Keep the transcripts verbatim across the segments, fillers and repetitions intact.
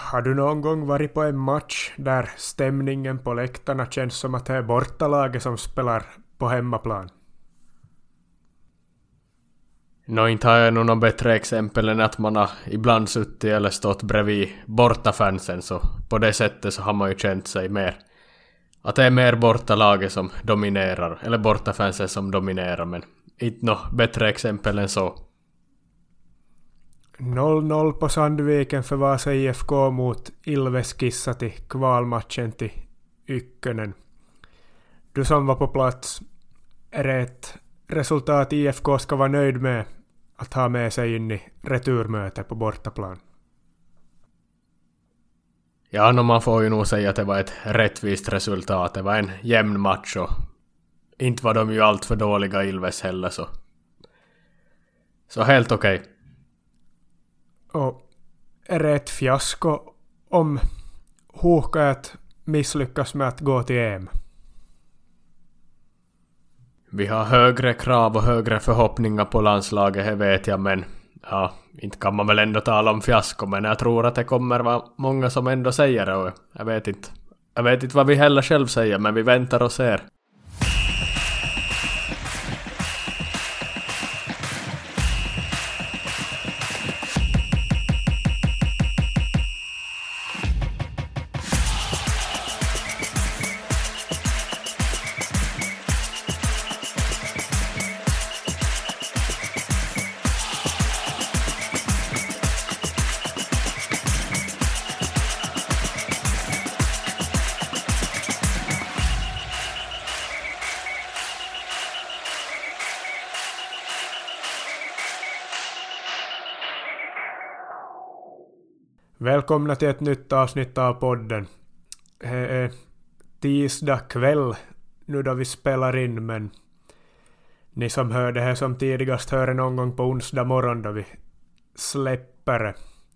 Har du någon gång varit på en match där stämningen på läktarna känns som att det är bortalaget som spelar på hemmaplan? Nå, inte har jag nog något bättre exempel än att man har ibland suttit eller stått bredvid bortafansen, så på det sättet så har man ju känt sig mer. Att det är mer bortalaget som dominerar, eller bortafansen som dominerar, men inte något bättre exempel än så. noll noll på Sandviken för Vasa I F K mot Ilves Kissa till kvalmatchen till Ykkönen. Du som var på plats, är det ett resultat I F K ska vara nöjd med att ha med sig in i returmöte på bortaplan? Ja, no, man får ju nog säga att det var ett rättvist resultat. Det var en jämn match och inte var de ju allt för dåliga Ilves heller, så. Så helt okej. Okay. Och är det ett fiasko om Huuhkajat misslyckas med att gå till E M? Vi har högre krav och högre förhoppningar på landslaget, det vet jag, men ja, inte kan man väl ändå tala om fiasko, men jag tror att det kommer vara många som ändå säger det, och jag vet inte. Jag vet inte vad vi heller själv säger, men vi väntar och ser. Välkomna till ett nytt avsnitt av podden. Det är tisdag kväll nu då vi spelar in, men ni som hör det här som tidigast hör det någon gång på onsdag morgon då vi släpper det.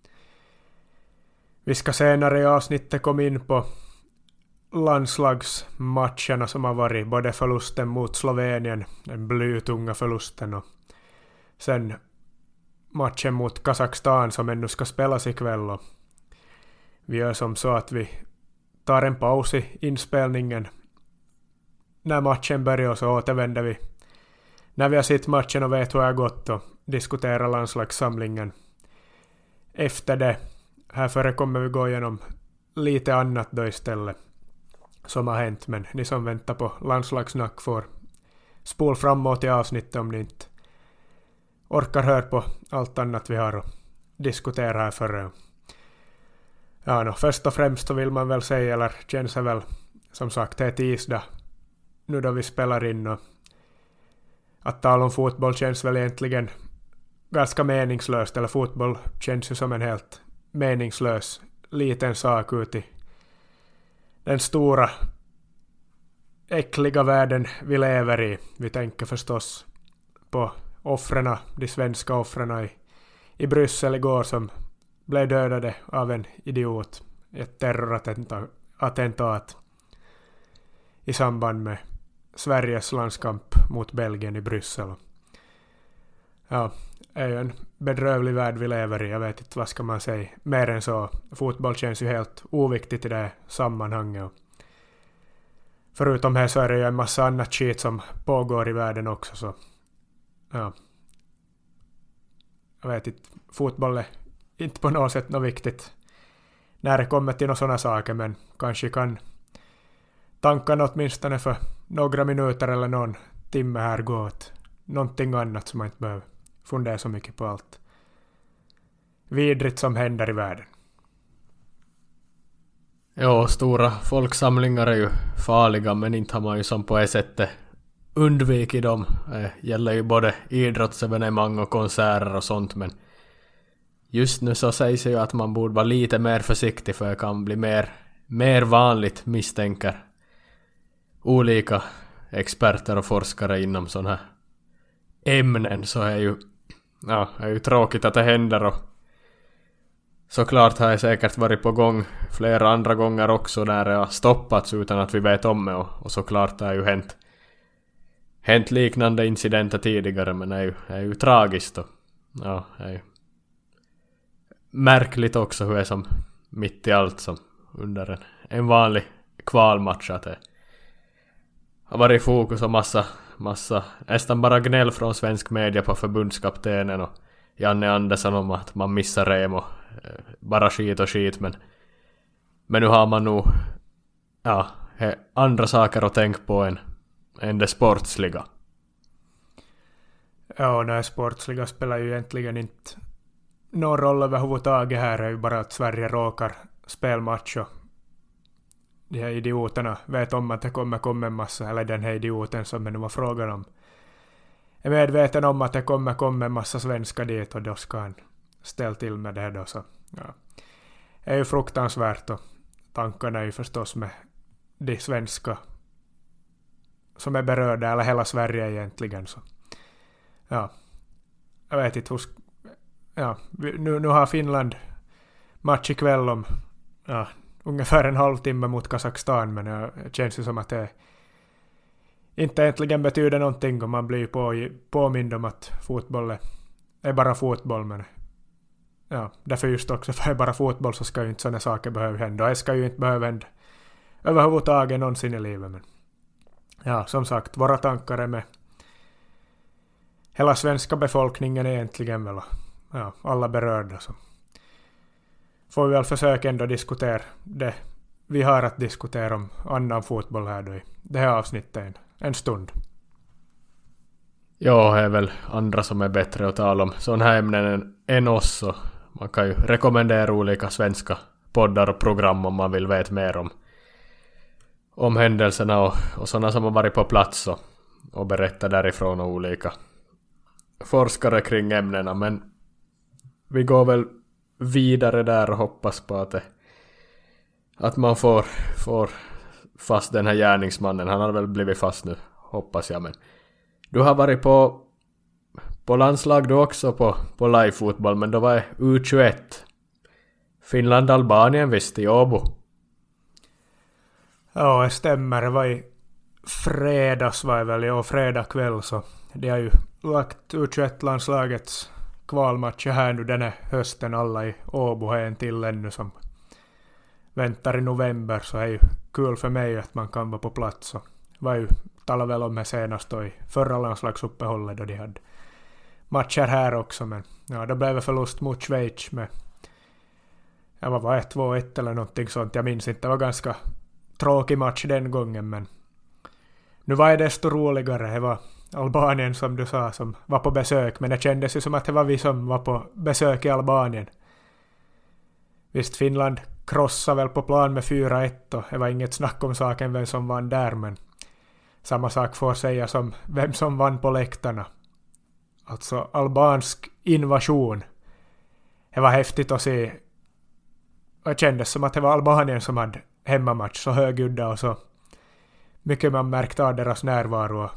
Vi ska senare i avsnittet komma in på landslagsmatcherna som har varit, både förlusten mot Slovenien, den blytunga förlusten, och sen matchen mot Kazakstan som ännu ska spelas ikväll. Och vi gör som så att vi tar en paus i inspelningen när matchen börjar, och så återvänder vi när vi har sett matchen och vet hur det har gått och diskuterar landslagssamlingen efter det. Här före kommer vi gå igenom lite annat då istället som har hänt, men ni som väntar på landslagssnack får spol framåt i avsnittet om ni inte orkar höra på allt annat vi har att diskutera här före. Ja, no, först och främst så vill man väl säga, eller känns det väl som sagt, det är tisdag nu då vi spelar in, och att tala om fotboll känns väl egentligen ganska meningslöst, eller fotboll känns ju som en helt meningslös liten sak ut i den stora äckliga världen vi lever i. Vi tänker förstås på offrena, de svenska offrena i, i Bryssel igår som blev dödade av en idiot i ett terrorattentat i samband med Sveriges landskamp mot Belgien i Bryssel. Ja, det är ju en bedrövlig värld vi lever i. Jag vet inte vad ska man säga mer än så. Fotboll känns ju helt oviktigt i det sammanhanget. Förutom det så är det ju en massa annat skit som pågår i världen också, så ja. Jag vet inte, fotboll är inte på något sätt något viktigt när det kommer till några sådana saker, men kanske kan tankarna åtminstone för några minuter eller någon timme här gå åt någonting annat som man inte behöver fundera så mycket på allt vidrigt som händer i världen. Ja, stora folksamlingar är ju farliga, men inte har man ju som på ett sätt undvikit dem. Det gäller ju både idrottsevenemang och konserter och sånt, men just nu så sägs ju att man borde vara lite mer försiktig, för det kan bli mer, mer vanligt, misstänker olika experter och forskare inom sådana här ämnen. Så är ju, ja, är ju tråkigt att det händer, och såklart har jag säkert varit på gång flera andra gånger också där det har stoppats utan att vi vet om det, och, och såklart har ju hänt hänt liknande incidenter tidigare, men det är ju, är ju tragiskt, och ja, det är ju märkligt också hur det som mitt i allt som under en, en vanlig kvalmatch att det har varit fokus och massa, massa nästan bara gnäll från svensk media på förbundskaptenen och Janne Andersson om att man missar Remo. Bara skit och skit, men men nu har man nog ja, andra saker att tänka på än, än det sportsliga. Ja, och det sportsliga spelar ju egentligen inte någon roll överhuvudtaget. Här är ju bara att Sverige råkar spelmatch och de här idioterna vet om att det kommer komma en massa, eller den här idioten som det nu var frågan om är medveten om att det kommer komma en massa svenskar dit och då ska han ställa till med det då. Så, ja. Det är ju fruktansvärt och tankarna är ju förstås med de svenska som är berörda, eller hela Sverige egentligen. Så. Ja, jag vet inte hur... Ja, nu, nu har Finland match ikväll om ja, ungefär en halvtimme mot Kazakstan, men ja, det känns ju som att det inte egentligen betyder någonting och man blir på, påmind om att fotboll är bara fotboll, men ja, därför just också för att bara fotboll så ska ju inte sådana saker behöva hända och det ska ju inte behöva hända överhuvudtaget någonsin i livet, men ja, som sagt, våra tankar är med hela svenska befolkningen egentligen väl, ja, alla berörda, så får vi väl försöka ändå diskutera det vi har att diskutera om annan fotboll här då i det här avsnittet en, en stund. Ja, det är väl andra som är bättre att tala om sådana här ämnen än, än oss, så man kan ju rekommendera olika svenska poddar och program om man vill veta mer om om händelserna och, och sådana som har varit på plats och, och berätta därifrån och olika forskare kring ämnena, men vi går väl vidare där och hoppas på att det, att man får, får fast den här gärningsmannen. Han har väl blivit fast nu, hoppas jag, men du har varit på på landslag du också på, på live-fotboll, men då var det U tjugoett. Finland-Albanien visst i Åbo. Ja, det stämmer. Det var i fredags var det väl, ja, fredag kväll, så de har ju lagt U tjugoett-landslagets kvalmatcher här nu den här hösten. Alla i Åbo har en till ännu som väntar i november, så det är ju kul för mig att man kan vara på plats. Och var ju talade väl om det senast då i förra landslagsuppehållet då de hade matcher här också, men ja, då blev det förlust mot Schweiz med ja, vad var det, två ett eller någonting sånt, jag minns inte, det var ganska tråkig match den gången, men nu var det desto roligare. Det var Albanien som du sa som var på besök, men det kändes ju som att det var vi som var på besök i Albanien. Visst, Finland krossade väl på plan med fyra ett och det var inget snack om saken vem som vann där, men samma sak får säga som vem som vann på läktarna. Alltså albansk invasion. Det var häftigt att se. Det kändes som att det var Albanien som hade hemmamatch, så högljudda och så mycket man märkte av deras närvaro.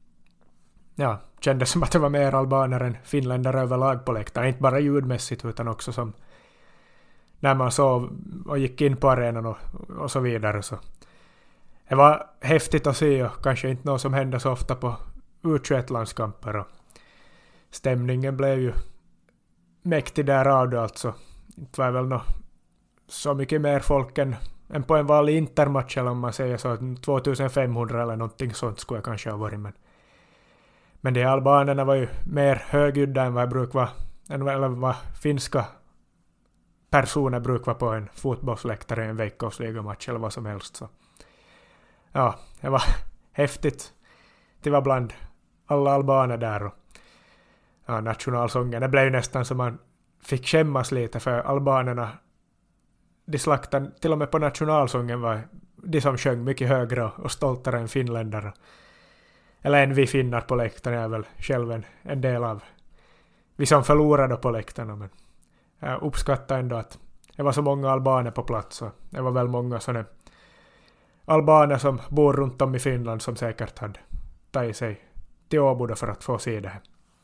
Ja, kändes som att det var mer albaner än finländare överlag på läktaren. Inte bara ljudmässigt utan också som när man sov och gick in på arenan och, och så vidare. Så det var häftigt att se och kanske inte något som hände så ofta på U tjugoett-landskamper. Och stämningen blev ju mäktig där av det alltså. Det var väl nå så mycket mer folk än, än på en vanlig intermatch, eller om man säger så, tvåtusenfemhundra eller någonting sånt skulle jag kanske ha varit. Men, men de albanerna var ju mer högljudda än vad jag brukar vara, än vad, eller vad finska personer brukar vara på en fotbollsläktare, en veckosligamatch eller vad som helst. Så. Ja, det var häftigt. Det var bland alla albaner där. Och ja, nationalsången, det blev ju nästan som man fick skämmas lite för albanerna. De slaktade till och med på nationalsången var de som sjöng mycket högre och stoltare än finländare. Eller än vi finnar på läktaren är väl själv en, en del av vi som förlorade på läktarna. Men jag uppskattar ändå att det var så många albaner på plats. Och det var väl många sådana albaner som bor runt om i Finland som säkert hade tagit sig till Åbo för att få se det här.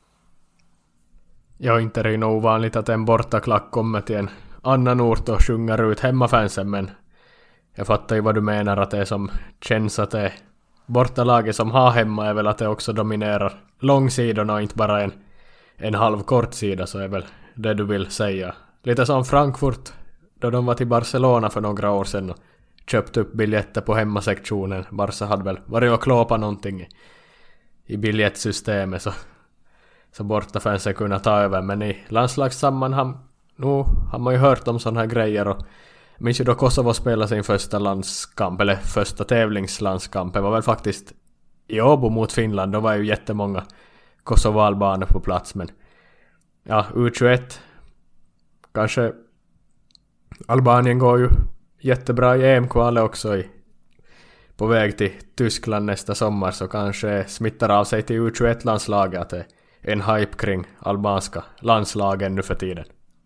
Ja, inte är det nog ovanligt att en bortaklack kommer till en annan ort och sjunger ut hemmafansen, men jag fattar ju vad du menar, att det som känns att det är bortalaget som har hemma är väl att det också dominerar långsidorna och inte bara en, en halv kort sida, så är väl det du vill säga. Lite som Frankfurt då de var till Barcelona för några år sedan och köpt upp biljetter på hemmasektionen. Barca hade väl varit och klåpat någonting i, i biljettsystemet så, så bortafansen kunde ta över. Men i landslagssammanhang nu har man ju hört om sådana här grejer. Och jag minns ju då Kosovo spelade sin första landskamp, eller första tävlingslandskamp. Det var väl faktiskt i Åbo mot Finland. Då var ju jättemånga kosovoalbaner på plats. Men ja, U tjugoett kanske Albanien går ju jättebra i E M-kvalet också i, på väg till Tyskland nästa sommar, så kanske smittar av sig till U tjugoett-landslaget att det är en hype kring albanska landslagen nu för tiden.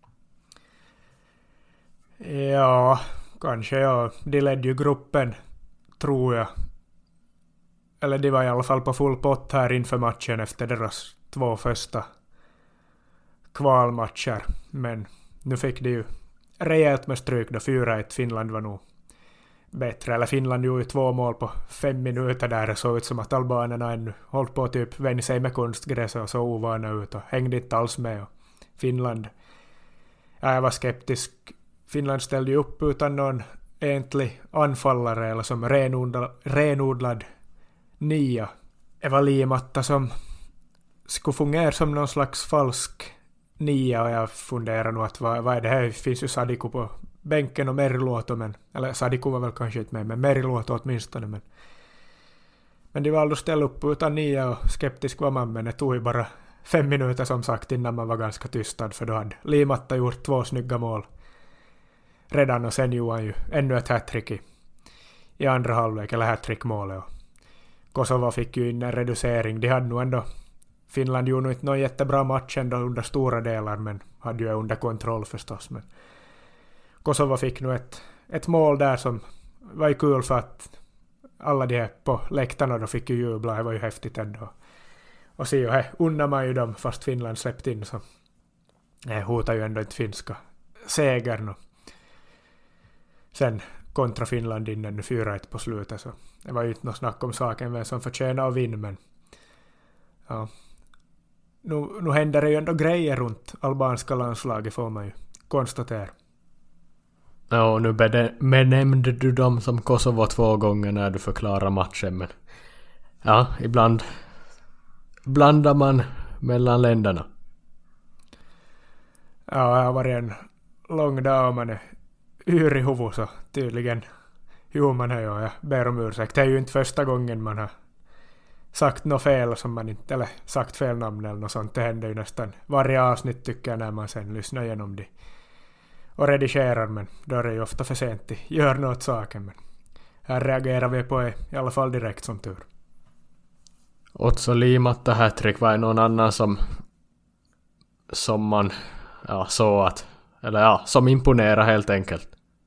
Ja, kanske ja. De ledde ju gruppen, tror jag. Eller de var i alla fall på full pott här inför matchen efter deras två första kvalmatcher. Men nu fick de ju rejält med stryk då fyra ett. Finland var nog bättre. Eller Finland gjorde två mål på fem minuter där. Det såg ut som att albanerna ännu hållit på att typ vänja sig med konstgräs och så ovana ut och hängde inte alls med. Och Finland, ja, jag var skeptisk. Finland ställde ju upp utan någon egentlig anfallare eller som renodlad, renodlad nia. Eva Limatta som skulle fungera som någon slags falsk nia, och jag funderar nog att vad, vad är det här? Det finns ju Sadiko på bänken och Meriluoto, men eller Sadiko var väl kanske inte med, men Meriluoto åtminstone. Men, men de valde att ställa upp utan nia, och skeptisk var man, men det tog ju bara fem minuter som sagt innan man var ganska tystad, för då hade Limatta gjort två snygga mål redan, och sen gjorde han ju ännu ett hattrick i, i andra halvlek, eller hattrickmålet. Och Kosovo fick ju in en reducering. De hade nog ändå, Finland gjorde nog inte någon jättebra match ändå under stora delar, men hade ju under kontroll förstås. Men Kosovo fick nog ett, ett mål där som var ju kul, för att alla de här på läktarna då fick ju jubla. Det var ju häftigt ändå. Och se ju här unnar man ju dem, fast Finland släppt in, så det hotar ju ändå inte finska segern. Och sen kontra Finland in ännu fyra ett på slutet, så det var ju inte något snack om saken vem som förtjänar att vinna, men ja, nu, nu händer det ju ändå grejer runt albanska landslaget, får man ju konstatera. Ja, och nu benämnde du dem som Kosovo två gånger när du förklarar matchen, men ja, ibland blandar man mellan länderna. Ja, det har varit en lång dag och man är yr i huvudet, så tydligen jo, man har ju, jag ber om ursäkt. Det är ju inte första gången man har sagt något fel som man inte, eller sagt fel namn eller något sånt. Det händer ju nästan varje avsnitt tycker jag när man sen lyssnar igenom det och redigerar, men då är det ju ofta för sent att göra något saken. Men här reagerar vi på det i alla fall direkt, som tur. Otso Limatta hattrick, var någon annan som som man ja, så att, eller ja, som imponerar helt enkelt.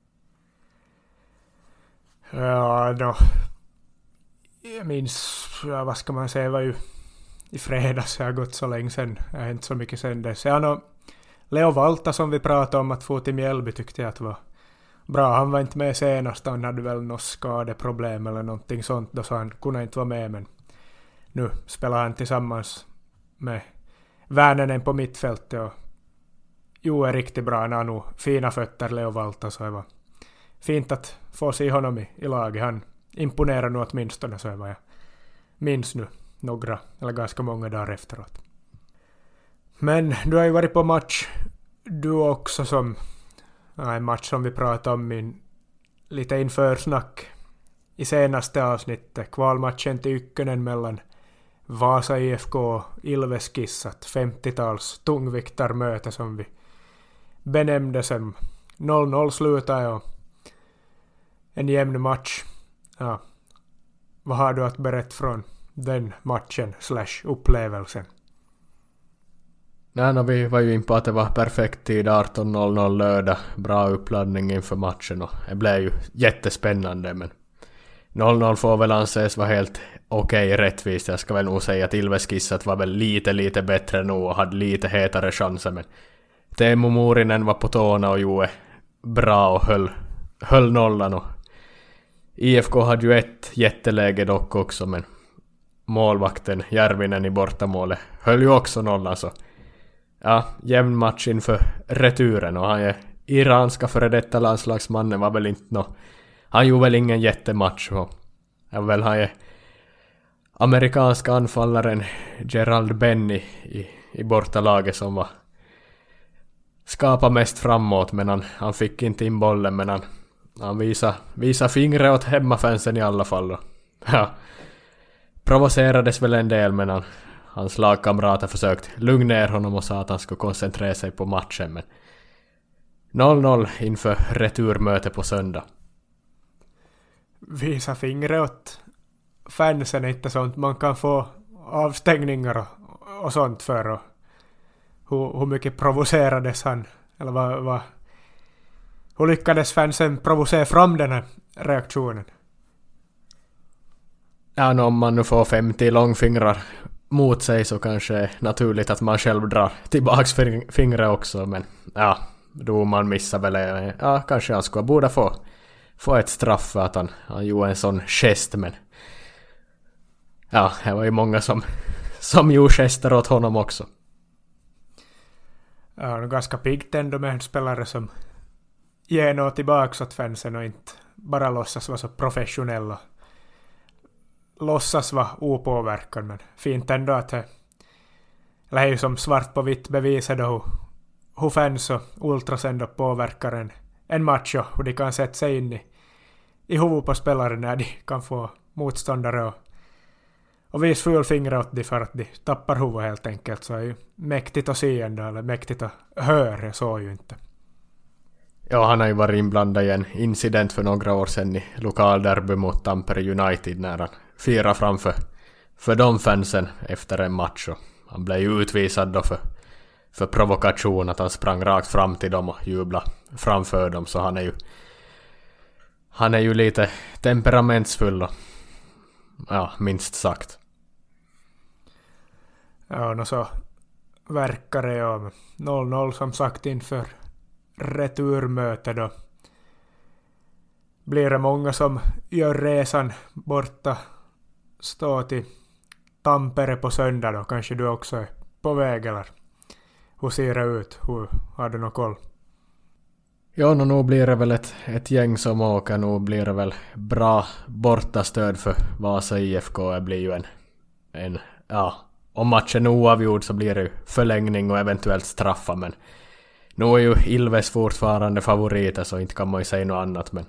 Ja, då jag minns, ja, vad ska man säga, var ju i fredags, jag har gått så länge sen, jag har inte så mycket sen dess. Ja, no, Leo Valta som vi pratade om att få till Mjällby tyckte jag att var bra. Han var inte med senast, han hade väl något skadeproblem eller någonting sånt då, så han kunde inte vara med, men nu spelar han tillsammans med Värnenen på mittfältet och jo, är riktigt bra. Han har nog fina fötter, Leo Valta, så det var fint att få se honom i, i laget. Han imponerar nog åtminstone, så är vad jag minns nu några eller ganska många dagar efteråt. Men du har ju varit på match du också, som ja, en match som vi pratade om i lite inför snack i senaste avsnittet. Kvalmatchen till Ykkönen mellan Vasa I F K och Ilves Kissat, femtio-tals tungviktarmöte som vi benämnde som noll noll slutade och en jämn match. Ja. Vad har du att berätta från den matchen slash upplevelsen? Nej, no, vi var ju in på att det var perfekt tid, arton noll noll lördag, bra uppladdning inför matchen och det blev ju jättespännande, men noll noll får väl anses vara helt okej okay, rättvist. Jag ska väl nog säga att Ilves Kissat var väl lite lite bättre nu och hade lite hetare chanser, men Teemu Muurinen var på tårna och gjorde bra och höll, höll nollan, och I F K hade ju ett jätteläge dock också, men målvakten Järvinen i bortamålet höll ju också nollan, så ja, jämn match inför returen, och han är iranska före detta landslagsmannen var väl inte nå. Han gjorde väl ingen jättematch. Och jag väl han är amerikanska anfallaren Gerald Benny i, i bortalaget som var skapa mest framåt, men han, han fick inte in bollen, men han, han visade, visade fingret åt hemmafansen i alla fall. Och, ja, provocerades väl en del, men han, hans lagkamrater försökt lugna ner honom och sa att han skulle koncentrera sig på matchen. Men noll noll inför returmöte på söndag. Visa fingret åt fansen är inte sånt man kan få avstängningar och, och sånt för. Och hur, hur mycket provocerades han? Eller vad, vad, hur lyckades fansen provocera fram den här reaktionen? Ja, no, om man nu får femtio långfingrar mot sig så kanske det är naturligt att man själv drar tillbaks fingret också. Men ja, då man missar väl. Ja, kanske han skulle borde få, få ett straff för att han, han gjorde en sån gest. Men ja, det var ju många som, som gjorde gester åt honom också. Ja, det är ganska piggt ändå med en spelare som ger något tillbaka åt fansen och inte bara låtsas vara så professionella. Låtsas vara opåverkad, men fint ändå att det, det är ju som svart på vitt bevisat hur, hur fans och ultras ändå påverkar en, en match och hur de kan sätta sig in i, i huvudet på spelare när de kan få motståndare och, och visa fulfingrar åt de för att de tappar huvudet helt enkelt. Så är ju mäktigt att se ändå, eller mäktigt att höra, så ju inte. Ja, han har ju varit inblandad i en incident för några år sedan i lokalderby mot Tampere United när han firade framför för de fansen efter en match. Och han blev ju utvisad då för, för provokation, att han sprang rakt fram till dem och jublade framför dem. Så han är ju han är ju lite temperamentsfull och ja, minst sagt. Ja, och så verkar det ju noll noll som sagt inför returmöte då. Blir det många som gör resan borta, stå till Tampere på söndag då? Kanske du också är på väg, eller hur ser det ut? Hur, har du någon koll? Ja, no, nu blir det väl ett, ett gäng som åker. Nu blir det väl bra bortastöd för Vasa I F K. Det blir ju en, en ja, om matchen är oavgjord så blir det ju förlängning och eventuellt straffa, men nu är ju Ilves fortfarande favoriter, så inte kan man ju säga något annat. Men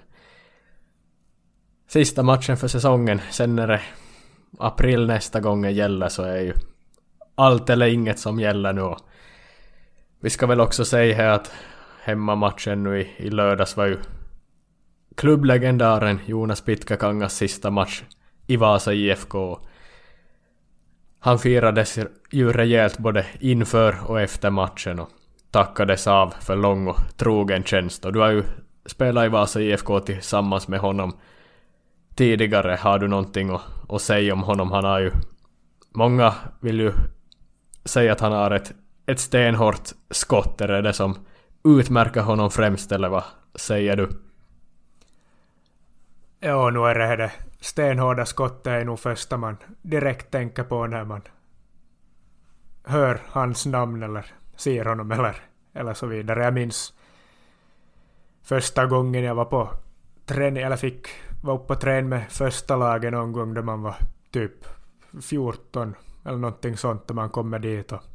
sista matchen för säsongen, sen är det april nästa gång gäller, så är ju allt eller inget som gäller nu. Vi ska väl också säga här att hemmamatchen nu i, i lördags var ju klubblegendaren Jonas Pitkäkangas sista match i Vasa I F K. Han firades ju rejält både inför och efter matchen och tackades av för lång och trogen tjänst. Och du har ju spelat i Vasa I F K tillsammans med honom tidigare. Har du någonting att, att säga om honom? Han har ju, många vill ju säga att han har ett, ett stenhårt skott. Är det som utmärker honom främst, eller vad säger du? Ja, nu är det det stenhårda skottet är nog första man direkt tänker på när man hör hans namn eller ser honom eller, eller så vidare. Jag minns första gången jag var på träning, eller fick vara uppe på träning med första lagen någon gång då man var typ fjorton eller någonting sånt, och man kommer dit och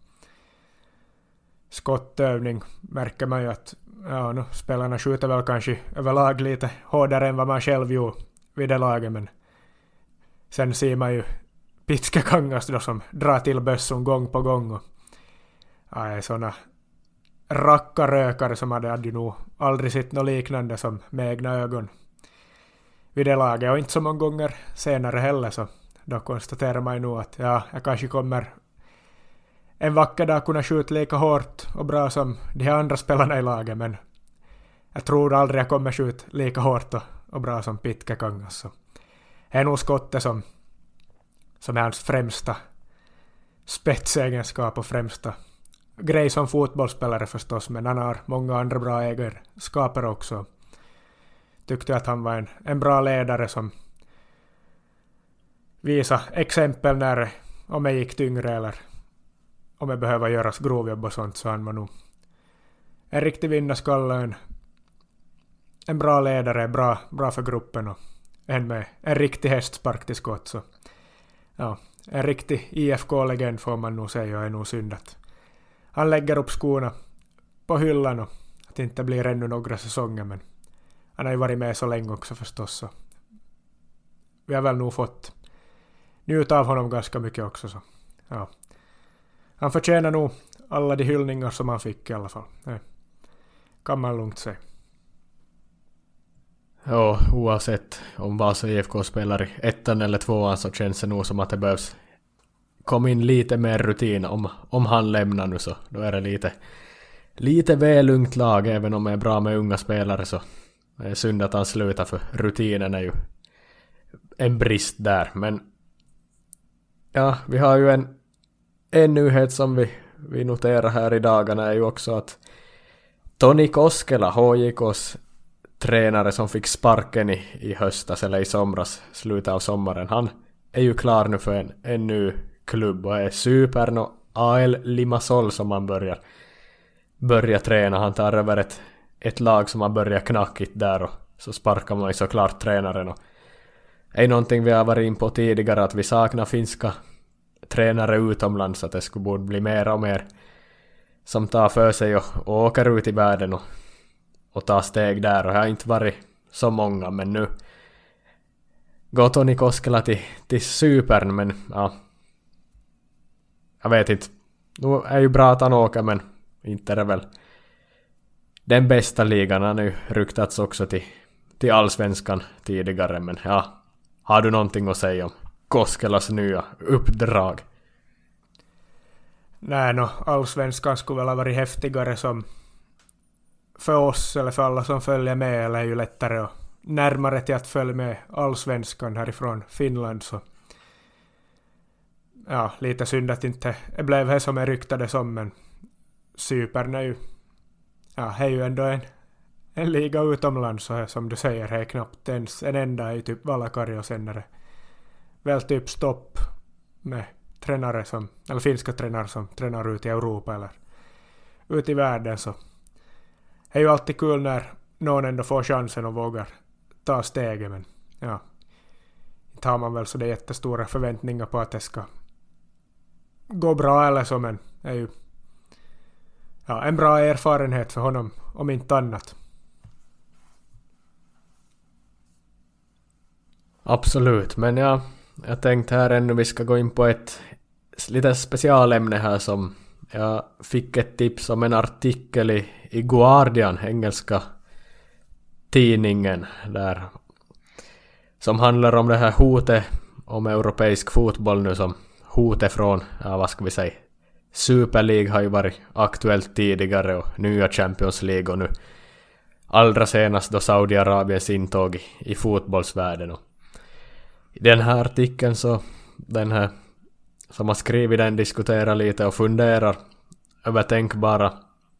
skottövning märker man ju att ja, nu, spelarna skjuter väl kanske överlag lite hårdare än vad man själv gjorde vid det laget, men sen ser man ju Pitkäkangas då som drar till bössan gång på gång, och ja, såna rackarökare som hade, hade nog aldrig sett något liknande som med egna ögon vid det laget, och inte så många gånger senare heller. Så då konstaterar man ju nog att ja, jag kanske kommer en vacker dag kunna skjuta lika hårt och bra som de här andra spelarna i laget, men jag tror aldrig jag kommer skjuta lika hårt och, och bra som Pitkäkangas. Så det är nog skottet som, som är hans främsta spetsegenskap och främsta grej som fotbollsspelare förstås, men han har många andra bra egenskaper också. Tyckte att han var en, en bra ledare som visade exempel när om jag gick tyngre eller om jag behöver göras grovjobb och sånt, så han var nog en riktig vinnarskalle, en en bra ledare, bra, bra för gruppen och en med en riktig hästspark till skott. Så, ja, en riktig I F K-legend får man nog säga och är nog synd att han lägger upp skorna på hyllan och att det inte blir ännu några säsonger, men han har ju varit med så länge också förstås. Så vi har väl nog fått njuta av honom ganska mycket också. Så, ja. Han förtjänar nog alla de hyllningar som han fick i alla fall. Det kan man lugnt säga. Ja, oavsett om Vasa I F K spelar i ettan eller tvåan så känns det nog som att det behövs komma in lite mer rutin. Om, om han lämnar nu så då är det lite, lite väl ungt lag, även om det är bra med unga spelare så det är synd att han slutar, för rutinen är ju en brist där. Men ja, vi har ju en, en nyhet som vi, vi noterar här i dagarna är ju också att Toni Koskela, H J K:s tränare som fick sparken i, i höstas eller i somras, slutet av sommaren, han är ju klar nu för en, en ny klubb och är Supern och A L Limassol som han börjar börjar träna. Han tar över ett, ett lag som har börjat knackigt där och så sparkar man ju såklart tränaren. Och är någonting vi har varit in på tidigare att vi saknar finska tränare utomlands, att det skulle borde bli mer och mer som tar för sig och, och åker ut i världen och, och tar steg där, och jag har inte varit så många, men nu går Toni Koskela till, till Supern, men ja, jag vet inte, nu är ju bra att han åker, men inte är det väl den bästa ligan. Han har ju ryktats också till, till allsvenskan tidigare, men ja, har du någonting att säga om Koskelas nya uppdrag? Nej, no, allsvenskan skulle väl ha varit häftigare som för oss eller för alla som följer med, eller är ju lättare och närmare till att följa med allsvenskan härifrån Finland. Så ja, lite synd att inte det blev det som är ryktade som, men Cypern är ju ja, är ju ändå en, en liga utomlands, så här, som du säger, det är knappt ens en enda i typ Valakari, och sen är det väl typ stopp med tränare som, eller finska tränare som tränar ut i Europa eller ut i världen. Så det är ju alltid kul när någon ändå får chansen och vågar ta steget, men ja, inte har man väl så det jättestora förväntningar på att det ska gå bra eller så, men det är ju ja, en bra erfarenhet för honom om inte annat. Absolut, men ja, jag tänkte här ännu vi ska gå in på ett lite specialämne här som jag fick ett tips om en artikel i, i Guardian, engelska tidningen där, som handlar om det här hotet om europeisk fotboll nu, som hotet från, ja vad ska vi säga, Super League har ju varit aktuellt tidigare och nya Champions League och nu allra senast då Saudiarabiens intåg i, i fotbollsvärlden. Och i den här artikeln så den här som har skrivit den diskuterar lite och funderar över tänkbara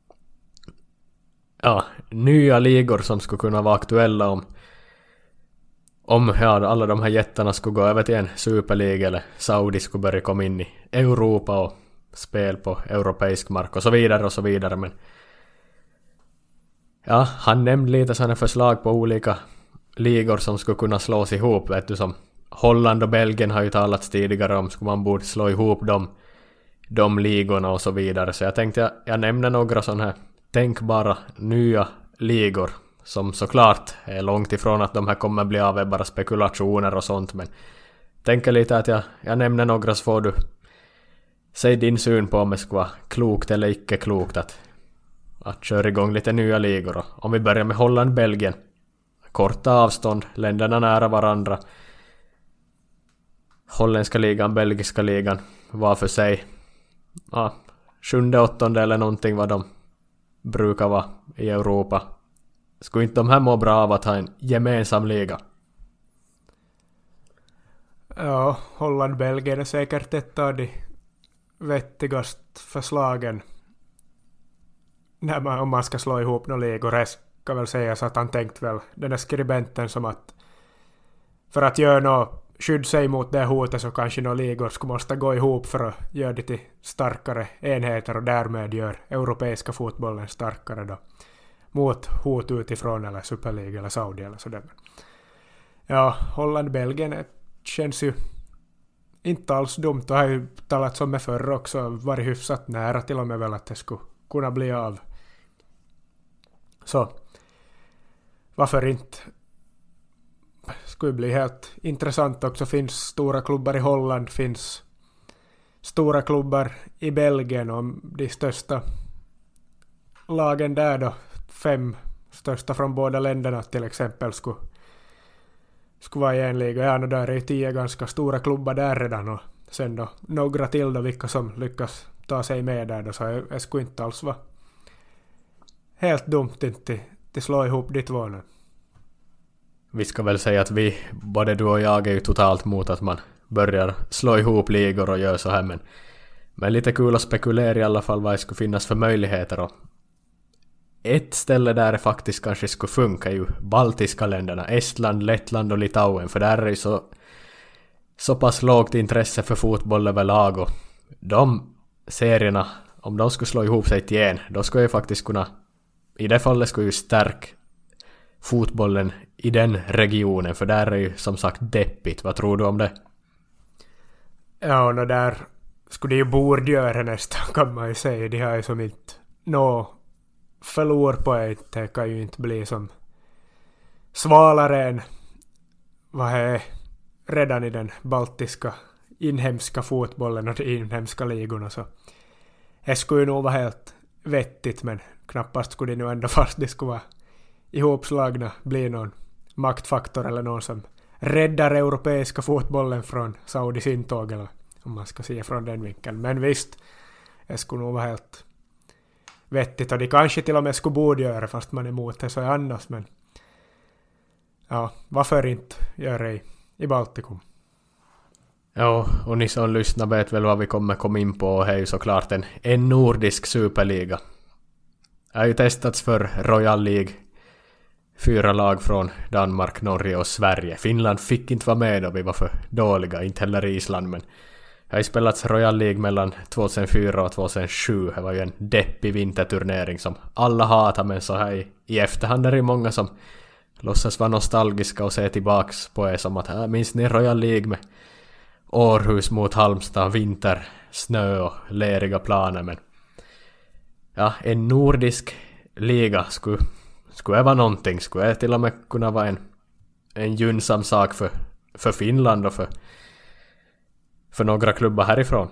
ja, nya ligor som skulle kunna vara aktuella om om ja, alla de här jättarna skulle gå över till en superliga eller Saudi skulle börja komma in i Europa och spel på europeisk mark och så vidare och så vidare. Men ja, han nämnde lite sådana förslag på olika ligor som skulle kunna slås ihop, vet du, som Holland och Belgien har ju talats tidigare om, skulle man borde slå ihop dem, de ligorna och så vidare. Så jag tänkte jag, jag nämner några sådana här tänkbara nya ligor som såklart är långt ifrån att de här kommer bli av bara spekulationer och sånt, men tänker lite att jag, jag nämner några så får du säg din syn på om det ska vara klokt eller icke klokt att, att köra igång lite nya ligor. Och om vi börjar med Holland, Belgien, korta avstånd, länderna nära varandra, holländska ligan, belgiska ligan var för sig ja, sjunde, åttonde eller någonting vad de brukar vara i Europa. Skulle inte de här må bra av att ha en gemensam liga? Ja, Holland, Belgien är säkert ett av de vettigast förslagen när man, om man ska slå ihop några ligor. Det ska väl sägas att han tänkt väl den här skribenten som att för att göra något skydd sig mot det hotet så kanske några ligor skulle måste gå ihop för att göra det till starkare enheter och därmed gör europeiska fotbollen starkare då. mot hot utifrån eller Superliga eller Saudi eller sådär. Ja, Holland-Belgien känns ju inte alls dumt och har ju talat som med förr också, varit hyfsat nära till och med väl att det skulle kunna bli av. Så varför inte? Skulle bli helt intressant också. Finns stora klubbar i Holland, finns stora klubbar i Belgien och de största lagen där då, fem största från båda länderna till exempel skulle, skulle vara i en liga. Ja, där är ju tio ganska stora klubbar där redan och sen då några till då vilka som lyckas ta sig med där då, så jag skulle inte alls vara helt dumt inte till slå ihop ditt vånen. Vi ska väl säga att vi, både du och jag, är ju totalt mot att man börjar slå ihop ligor och gör så här, men, men lite kul att spekulera i alla fall vad det skulle finnas för möjligheter. Och ett ställe där det faktiskt kanske skulle funka är ju baltiska länderna, Estland, Lettland och Litauen, för där är det så, så pass lågt intresse för fotboll överlag, och de serierna, om de skulle slå ihop sig till en, då skulle jag faktiskt kunna, i det fallet skulle ju stärka fotbollen i den regionen, för där är ju som sagt deppigt. Vad tror du om det? Ja, och där skulle det ju bordgöra nästan, kan man ju säga. De har ju som inte nå förlor på det. Det kan ju inte bli som svalare än vad är redan i den baltiska inhemska fotbollen och de inhemska ligorna. Så det skulle ju nog vara helt vettigt, men knappast skulle det nu ändå, fast det skulle vara ihopslagna, bli någon maktfaktor eller någon som räddar europeiska fotbollen från Saudis intåg, eller om man ska se från den vinkeln. Men visst, det skulle nog vara helt vettigt, och det kanske till och med skulle borde göra fast man är emot det så är annars, men ja, varför inte göra det i, i Baltikum? Ja, och ni som lyssnar vet väl vad vi kommer komma in på, och det är ju såklart en, en nordisk superliga. Det har ju testats för Royal League, fyra lag från Danmark, Norge och Sverige. Finland fick inte vara med då, vi var för dåliga, inte heller Island, men det har ju spelats Royal League mellan tjugohundrafyra och tjugohundrasju. Det var ju en deppig vinterturnering som alla hatar, men så här i, i efterhand är det många som låtsas vara nostalgiska och se tillbaks på det som att äh, minns ni Royal League med Århus mot Halmstad, vinter, snö och leriga planer. Men ja, en nordisk liga skulle, skulle vara någonting, skulle till och med kunna vara en, en gynnsam sak för, för Finland och för, för några klubbar härifrån.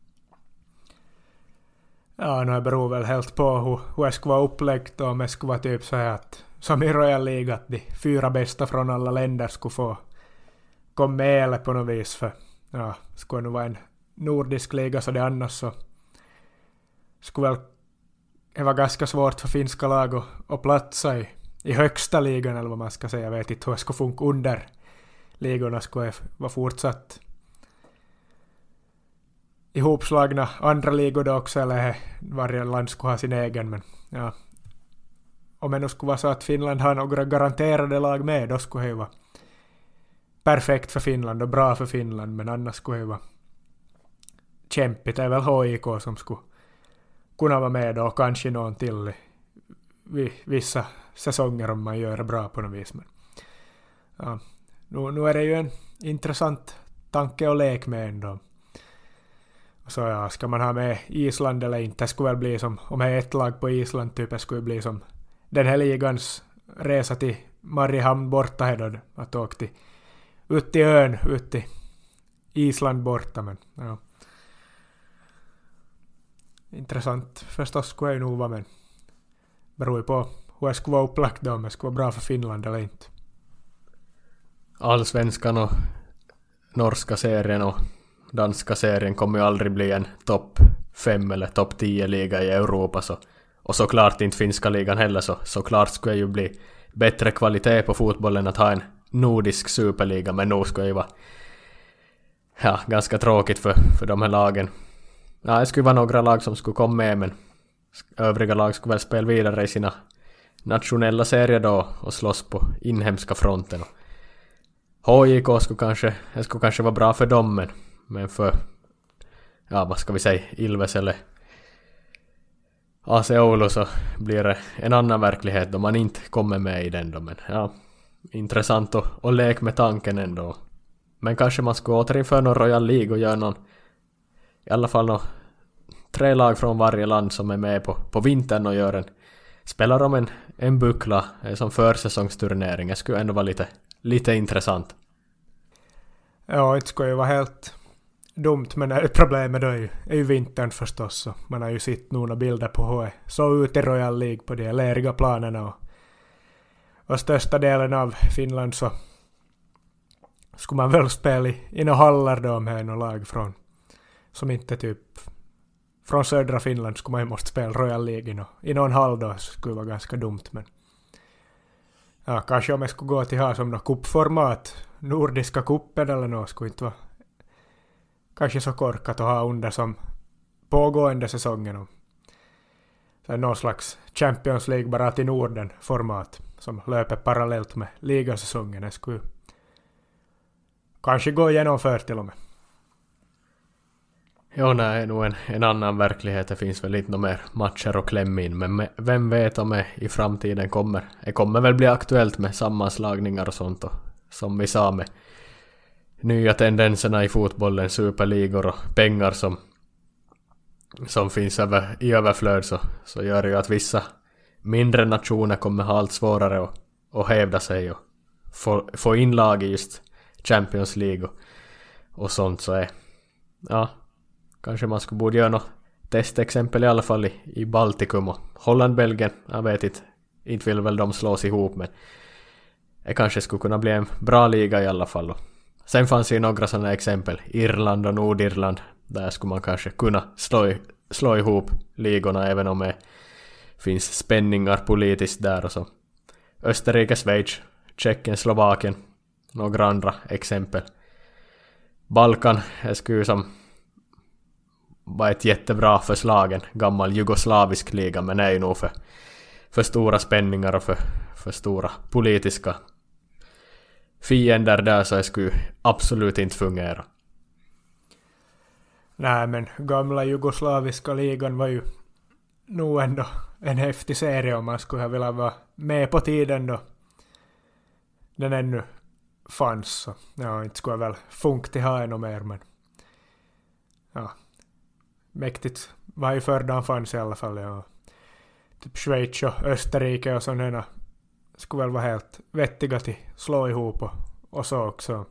Ja, nu beror väl helt på hur, hur det skulle vara uppläggt, om det skulle vara typ så här att som i Royal League att de fyra bästa från alla länder skulle få komma med eller på något vis, för ja, skulle det vara en nordisk liga så det annars så skulle väl det var ganska svårt för finska lag att, att platsa i, i högsta ligan, eller vad man ska säga. Jag vet inte hur det skulle funka under ligorna, skulle vara fortsatt ihopslagna andra ligor då också, eller varje land skulle ha sin egen, men ja, om det nu skulle vara så att Finland har några garanterade lag med, då skulle det vara perfekt för Finland och bra för Finland, men annars skulle det vara kämpigt. Det är väl H I K som skulle kunna vara med då, och kanske någon till i vissa säsonger om man gör det bra på något vis. Men ja, nu, nu är det ju en intressant tanke och lek med ändå. Så ja, ska man ha med Island eller inte? Det skulle väl bli som, om det är ett lag på Island typ, det skulle bli som den här ligans resa till Mariehamn borta här då, att åka till, ut till ön, ut till Island borta, men ja. Intressant förstås skulle jag nog vara, men beror ju på hur det skulle vara upplagt då, om det skulle vara bra för Finland eller inte. Allsvenskan och norska serien och danska serien kommer ju aldrig bli en topp fem eller topp tio liga i Europa, så, och såklart inte finska ligan heller, så såklart skulle det ju bli bättre kvalitet på fotbollen att ha en nordisk superliga, men nog skulle det ju vara ja, ganska tråkigt för, för de här lagen. Ja, det skulle vara några lag som skulle komma med, men övriga lag skulle väl spela vidare i sina nationella serier då och slåss på inhemska fronten. H J K skulle kanske, det skulle kanske vara bra för dem, men, men för, ja vad ska vi säga, Ilves eller A C Oulu så blir det en annan verklighet då man inte kommer med i den då. Men ja, intressant att, att leka med tanken ändå. Men kanske man skulle återinföra någon Royal League och göra någon, i alla fall någon, tre lag från varje land som är med på, på vintern och gör en, spelar om en, en buckla som försäsongsturnering. Det skulle ändå vara lite, lite intressant. Ja, det skulle ju vara helt dumt, men problemet då är ju, är ju vintern förstås. Så man har ju sett några bilder på hur det så ut i Royal League på de läriga planerna. Och, och största delen av Finland så skulle man väl spela i, i några hallar då med några lag från, som inte typ från södra Finland skulle man ju måste spela Royal League i, no, i någon hall då, skulle vara ganska dumt. Men ja, kanske om jag skulle gå till ha som något kuppformat, nordiska kuppen eller något, skulle inte vara kanske så korkat att ha under som pågående säsongen. Och så någon slags Champions League bara till Norden format som löper parallellt med ligasäsongen. Det skulle kanske gå igenom för till och med. Jo, nej, nog en, en annan verklighet. Det finns väl inte mer matcher och kläm in. Men med, vem vet om det i framtiden kommer. Det kommer väl bli aktuellt med sammanslagningar och sånt. Och, som vi sa, med nya tendenserna i fotbollen, superligor och pengar som, som finns över, i överflöd, så, så gör det ju att vissa mindre nationer kommer ha allt svårare att, att hävda sig och få, få in lag i just Champions League och, och sånt. Så är, ja, kanske man skulle borde göra något testexempel i alla fall i, i Baltikum och Holland, Belgien. Jag vet inte, inte vill väl de slås ihop, men det kanske skulle kunna bli en bra liga i alla fall. Och sen fanns ju några sådana exempel, Irland och Nordirland, där skulle man kanske kunna slå, i, slå ihop ligorna även om det finns spänningar politiskt där och så. Österrike, Schweiz, Tjeckien, Slovakien, några andra exempel. Balkan är skulle som var ett jättebra förslag, en gammal jugoslavisk liga, men är ju nog för, för stora spänningar och för, för stora politiska fiender där, så det skulle absolut inte fungera. Nej, men gamla jugoslaviska ligan var ju nog ändå en häftig serie om man skulle ha velat vara med på tiden då den ännu fanns. Så ja, inte skulle jag väl funkt till ha ännu mer, men ja, mäktigt var ju för den fanns i alla fall. Ja. Typ Schweiz och Österrike och sådana skulle väl vara helt vettiga till slå ihop och, och så också.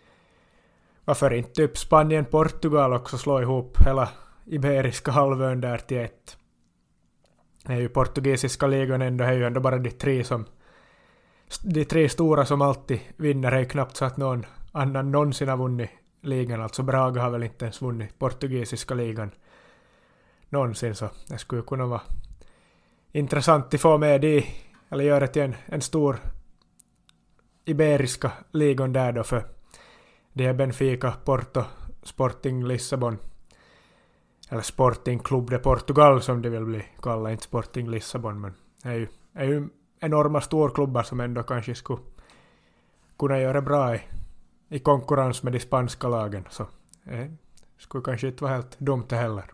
Varför inte typ Spanien, Portugal också slå ihop hela Iberiska halvön där till ett. Det är ju portugisiska ligan ändå, det är ju ändå bara de tre som de tre stora som alltid vinner. Det är ju knappt så att någon annan någonsin har vunnit ligan. Alltså Braga har väl inte ens vunnit portugisiska ligan någonsin, så det skulle kunna vara intressant att få med det, eller göra till en, en stor iberiska ligan där då, för det är Benfica, Porto, Sporting Lissabon, eller Sporting Club de Portugal som det vill bli kallad, inte Sporting Lissabon, men det är ju, är ju enorma storklubbar som ändå kanske skulle kunna göra bra i, i konkurrens med de spanska lagen, så det skulle kanske inte vara helt dumt heller.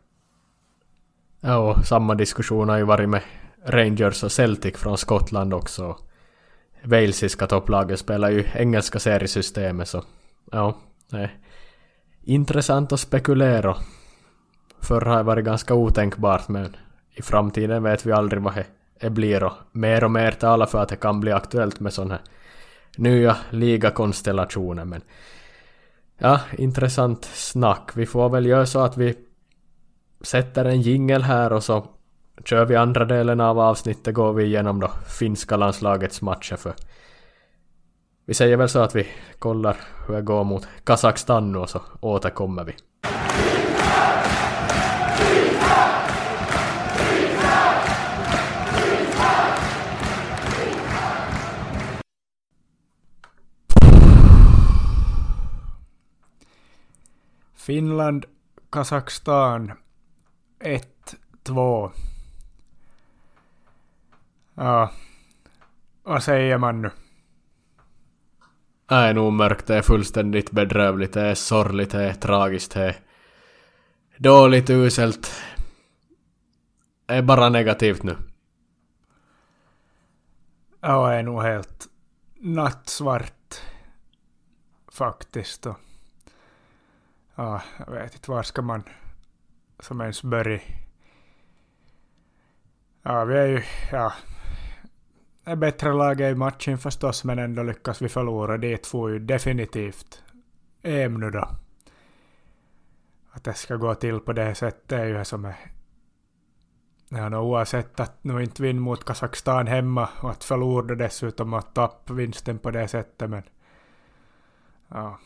Ja, och samma diskussion har ju varit med Rangers och Celtic från Skottland också. Walesiska topplaget spelar ju engelska seriesystemet, så ja, det är intressant att spekulera. Förr har det varit ganska otänkbart, men i framtiden vet vi aldrig vad det blir, och mer och mer talar för att det kan bli aktuellt med sådana här nya ligakonstellationer. Men ja, intressant snack. Vi får väl göra så att vi sätter en jingle här och så kör vi andra delen av avsnittet, går vi igenom då finska landslagets matcher. För vi säger väl så att vi kollar hur det går mot Kazakstan nu, och så återkommer vi. Finland, Kazakstan ett två. Ja, vad säger man nu? Det är nog mörkt, det är fullständigt bedrövligt, det är sorgligt, det är tragiskt, det är dåligt, uselt. är bara negativt nu. Ja, är nog helt nattsvart faktiskt. Och, ja, jag vet inte var ska man som ens börja. Ja, vi är ju ja, är bättre laget i matchen förstås, men ändå lyckas vi förlora. Det får ju definitivt E M nu då. Att det ska gå till på det sättet är ju som är ja, no, oavsett att nu inte vinna mot Kazakstan hemma och att förlora dessutom att tappa vinsten på det sättet, men ja,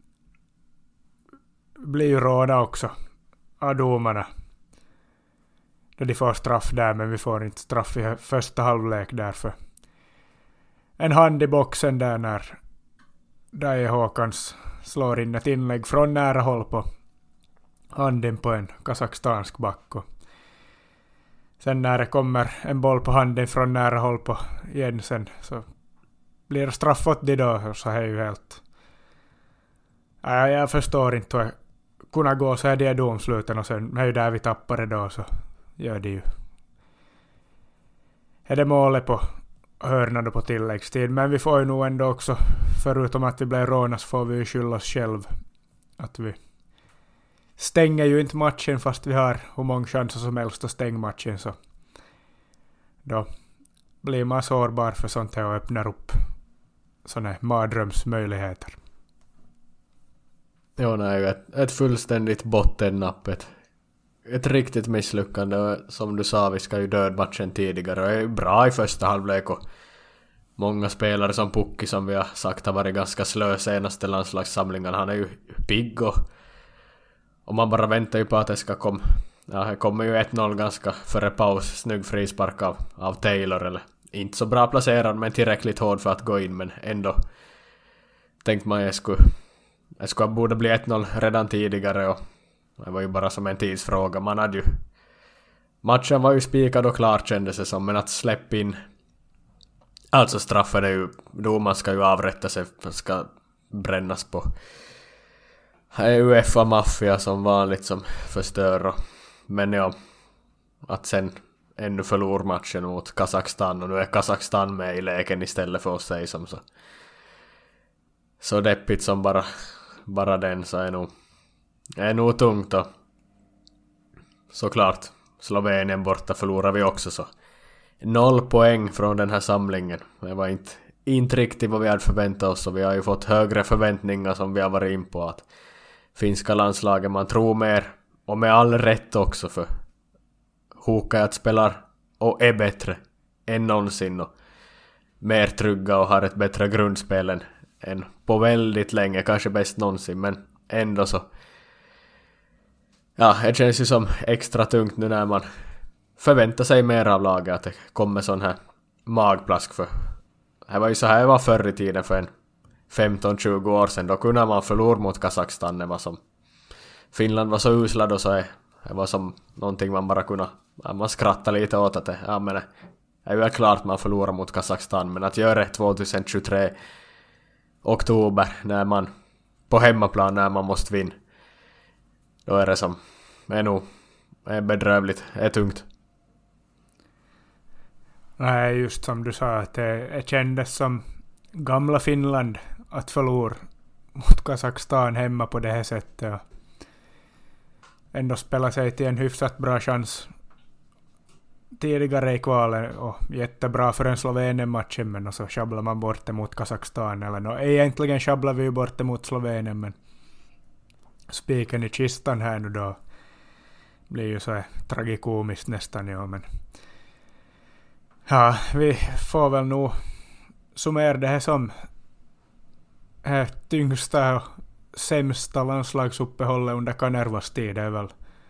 blir ju råda också av domarna då de får straff där, men vi får inte straff i första halvlek därför. En hand i boxen där när Daje Håkans slår in ett inlägg från nära håll på handen på en kazakstansk back. Och sen när det kommer en boll på handen från nära håll på Jensen så blir det straff åt det då. Så är ju helt... Ja, jag förstår inte hur kunna gå så är det domsluten och sen är ju där vi tappar det då så gör det ju. Är det målet på hörnan då på tilläggstid, men vi får ju nog ändå också, förutom att vi blev rånas får vi ju skylla oss själv att vi stänger ju inte matchen fast vi har hur många chanser som helst att stänga matchen, så då blir man sårbar för sånt här och öppnar upp såna mardrömsmöjligheter. Jo, nej, ett, ett fullständigt bottennapp, ett, ett riktigt misslyckande. Och som du sa, vi ska ju död matchen tidigare och är bra i första halvlek och många spelare som Pukki som vi har sagt har varit ganska slö senaste landslagssamlingen. Han är ju pigg och, och man bara väntar ju på att det ska komma. Ja, det kommer ju ett noll ganska före paus, snygg frispark av, av Taylor, eller inte så bra placerad men tillräckligt hård för att gå in, men ändå tänkte man jag skulle Det skulle borde bli ett noll redan tidigare och det var ju bara som en tidsfråga. Man hade ju... Matchen var ju spikad och klar kändes det som, men att släppa in... Alltså straffade ju... Domaren ska ju avrätta sig, ska brännas på. Här är UEFA-maffia som vanligt som förstör. Och, men ja, att sen ännu förlor matchen mot Kazakstan och nu är Kazakstan med i leken istället för oss sig som så. Så deppigt som bara... Bara den, så är nog, är nog tungt och såklart Slovenien borta förlorar vi också, så noll poäng från den här samlingen. Det var inte, inte riktigt vad vi hade förväntat oss och vi har ju fått högre förväntningar som vi har varit in på att finska landslaget man tror mer och med all rätt också, för Hukajat spelar och är bättre än någonsin och mer trygga och har ett bättre grundspel än än på väldigt länge, kanske bäst någonsin, men ändå så ja, det känns ju som extra tungt nu när man förväntar sig mer av laget, att det kommer sån här magplask, för det var ju så här det var förr i tiden för en femton tjugo år sedan, då kunde man förlora mot Kazakstan. Det var som Finland var så usla då, så det var som någonting man bara kunde, man skrattade lite åt att det, ja men det är ju klart man förlorar mot Kazakstan, men att göra det tjugohundratjugotre oktober när man på hemmaplan när man måste vinna, då är det som är nog är bedrövligt, är tungt. Nej, just som du sa att det kändes som gamla Finland att förlora mot Kazakstan hemma på det här sättet och ändå spela sig till en hyfsat bra chans tidigare i kvalen och jättebra för en Slovenien-matchen, men så sjabblar man bort mot Kazakstan, eller no, egentligen sjabblar vi ju bort mot Slovenien, men spiken i kistan här nu då blir ju så tragikomiskt nästan, ja, men ja, vi får väl nog summera det här som här tyngsta och sämsta landslagsuppehållet under Kanervas tid. Det är väl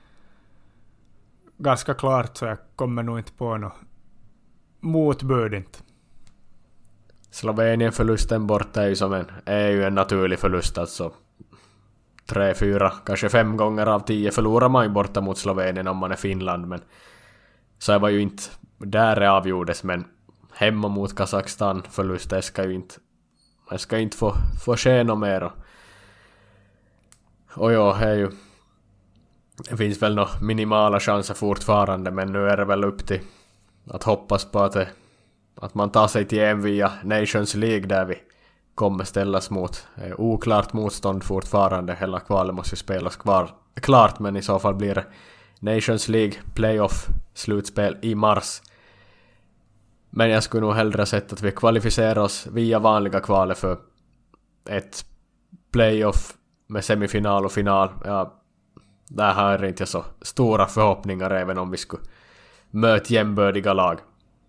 ganska klart, så jag kommer nog inte på något motbud inte. Slovenien-förlusten borta är ju som en, är ju en naturlig förlust, alltså tre, fyra, kanske fem gånger av tio förlorar man ju borta mot Slovenien om man är Finland, men så det var ju inte där det avgjordes, men hemma mot Kazakstan förlust, det ska ju inte det ska inte få, få ske något mer och, och ja, det är ju det finns väl några minimala chanser fortfarande, men nu är det väl upp till att hoppas på att, det, att man tar sig till E M via Nations League där vi kommer ställas mot eh, oklart motstånd fortfarande. Hela kvalet måste ju spelas kvar, klart, men i så fall blir det Nations League playoff slutspel i mars. Men jag skulle nog hellre sett att vi kvalificerar oss via vanliga kvalet för ett playoff med semifinal och final. Ja, där har jag inte så stora förhoppningar även om vi skulle möta jämbördiga lag.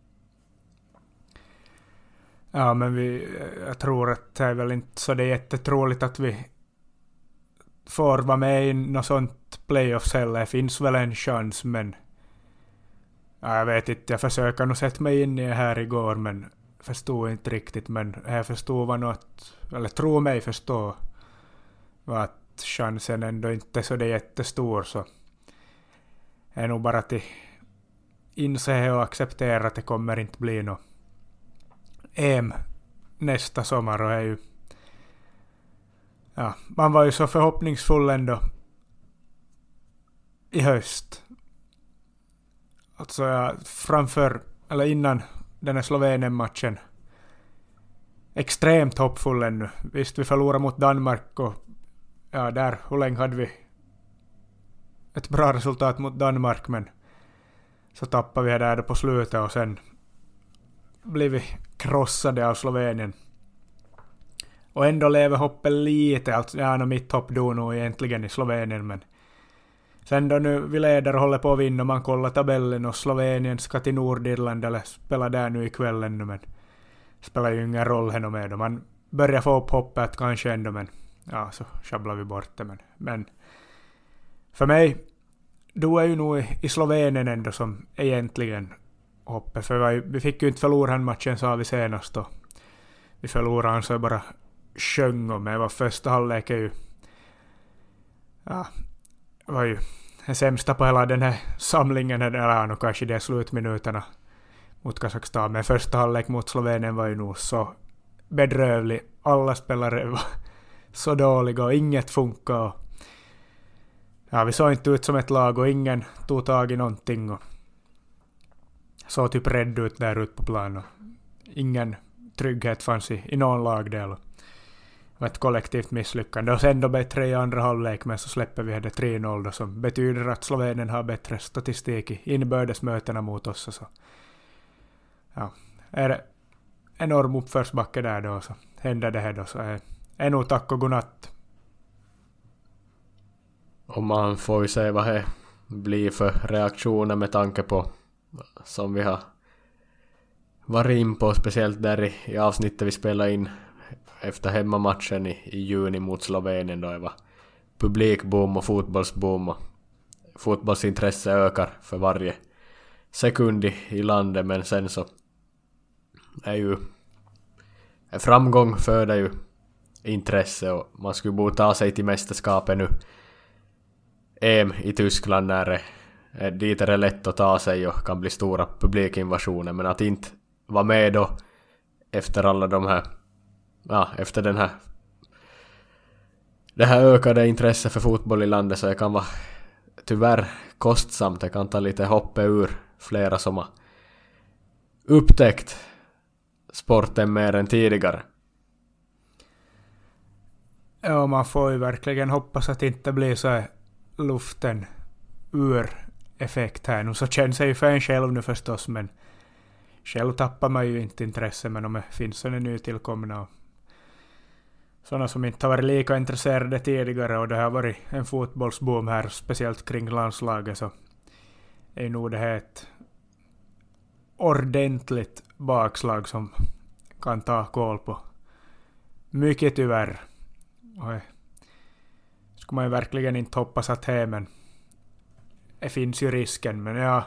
Ja, men vi, jag tror att det är väl inte så det är jättetroligt att vi får vara med i något sånt playoffs heller. Det finns väl en chans, men ja, jag vet inte, jag försöker nog sätta mig in i det här igår, men förstod inte riktigt, men jag förstod vad något, eller tror mig förstå var att chansen ändå inte är så det är jättestor, så är nog bara till inse och acceptera att det kommer inte bli något E M nästa sommar. Och är ju, ja, man var ju så förhoppningsfull ändå i höst. Alltså ja, framför, eller innan den här Slovenien-matchen, extremt hoppfull ännu. Visst, vi förlorade mot Danmark och ja, där, hur länge hade vi ett bra resultat mot Danmark, men så tappade vi där på slutet och sen blev vi krossade av Slovenien. Och ändå lever hoppet lite, alltså ja, mitt hopp då nog egentligen i Slovenien, men sen då nu vi leder och håller på att vinna, man kollar tabellen och Slovenien ska till Nordirland eller spela där nu ikväll ännu, men spelar ju ingen roll henne med dem. Man börjar få upp hoppet kanske ändå, men ja, så sjabblar vi bort det. Men, men för mig, då är ju nog i Slovenien ändå som egentligen hoppet. För vi, vi fick ju inte förlora den matchen, sa vi senast då. Vi förlorade han så bara sjöng om. Det var första halvlek är ju ja, var ju det sämsta på hela den här samlingen, eller nog kanske de slutminuterna mot Kazakstan. Men första halvlek mot Slovenien var ju nog så bedrövlig. Alla spelare var så dåliga och inget funkar. Ja, vi såg inte ut som ett lag och ingen tog tag i någonting och såg typ rädd ut där ute på planen. Ingen trygghet fanns i, i någon lagdel. Det var ett kollektivt misslyckande. Och sen då bättre i andra halvlek, men så släpper vi det tre noll då, som betyder att Slovenien har bättre statistik i inbördesmötena mot oss. Så ja, är det enorm uppförsbacke där då, så händer det här då, så är, är nog tack och godnatt. Och man får ju se vad det blir för reaktioner med tanke på som vi har varit in på, speciellt där i, i avsnittet vi spelade in efter hemmamatchen i, i juni mot Slovenien, då det var publikboom och fotbollsboom och fotbollsintresse ökar för varje sekund i, i landet, men sen så är ju en framgång för det ju intresse och man skulle borde ta sig till mästerskapet nu, E M i Tyskland, när det, dit är det lätt att ta sig och kan bli stora publikinvasioner, men att inte vara med då efter alla de här, ja, efter den här det här ökade intresse för fotboll i landet, så det kan vara tyvärr kostsamt. Det kan ta lite hopp ur flera som har upptäckt sporten mer än tidigare. Ja, man får ju verkligen hoppas att det inte blir så här luften ur effekt här nu. Så känns det ju för en själv nu förstås, men själv tappar man ju inte intresse, men om det finns sådana nytillkomna och sådana som inte har varit lika intresserade tidigare, och det har varit en fotbollsboom här, speciellt kring landslaget, så är nog det här ett ordentligt bakslag som kan ta koll på mycket tyvärr. Och det skulle man ju verkligen inte hoppas att det är, men det finns ju risken. Men ja,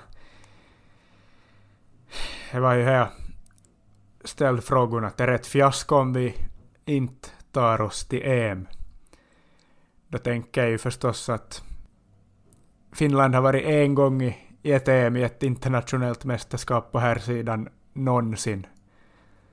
det var ju här ställd frågan att det är rätt fiasko om vi inte tar oss till E M. Då tänker jag ju förstås att Finland har varit en gång i ett E M, i ett internationellt mästerskap på här sidan någonsin.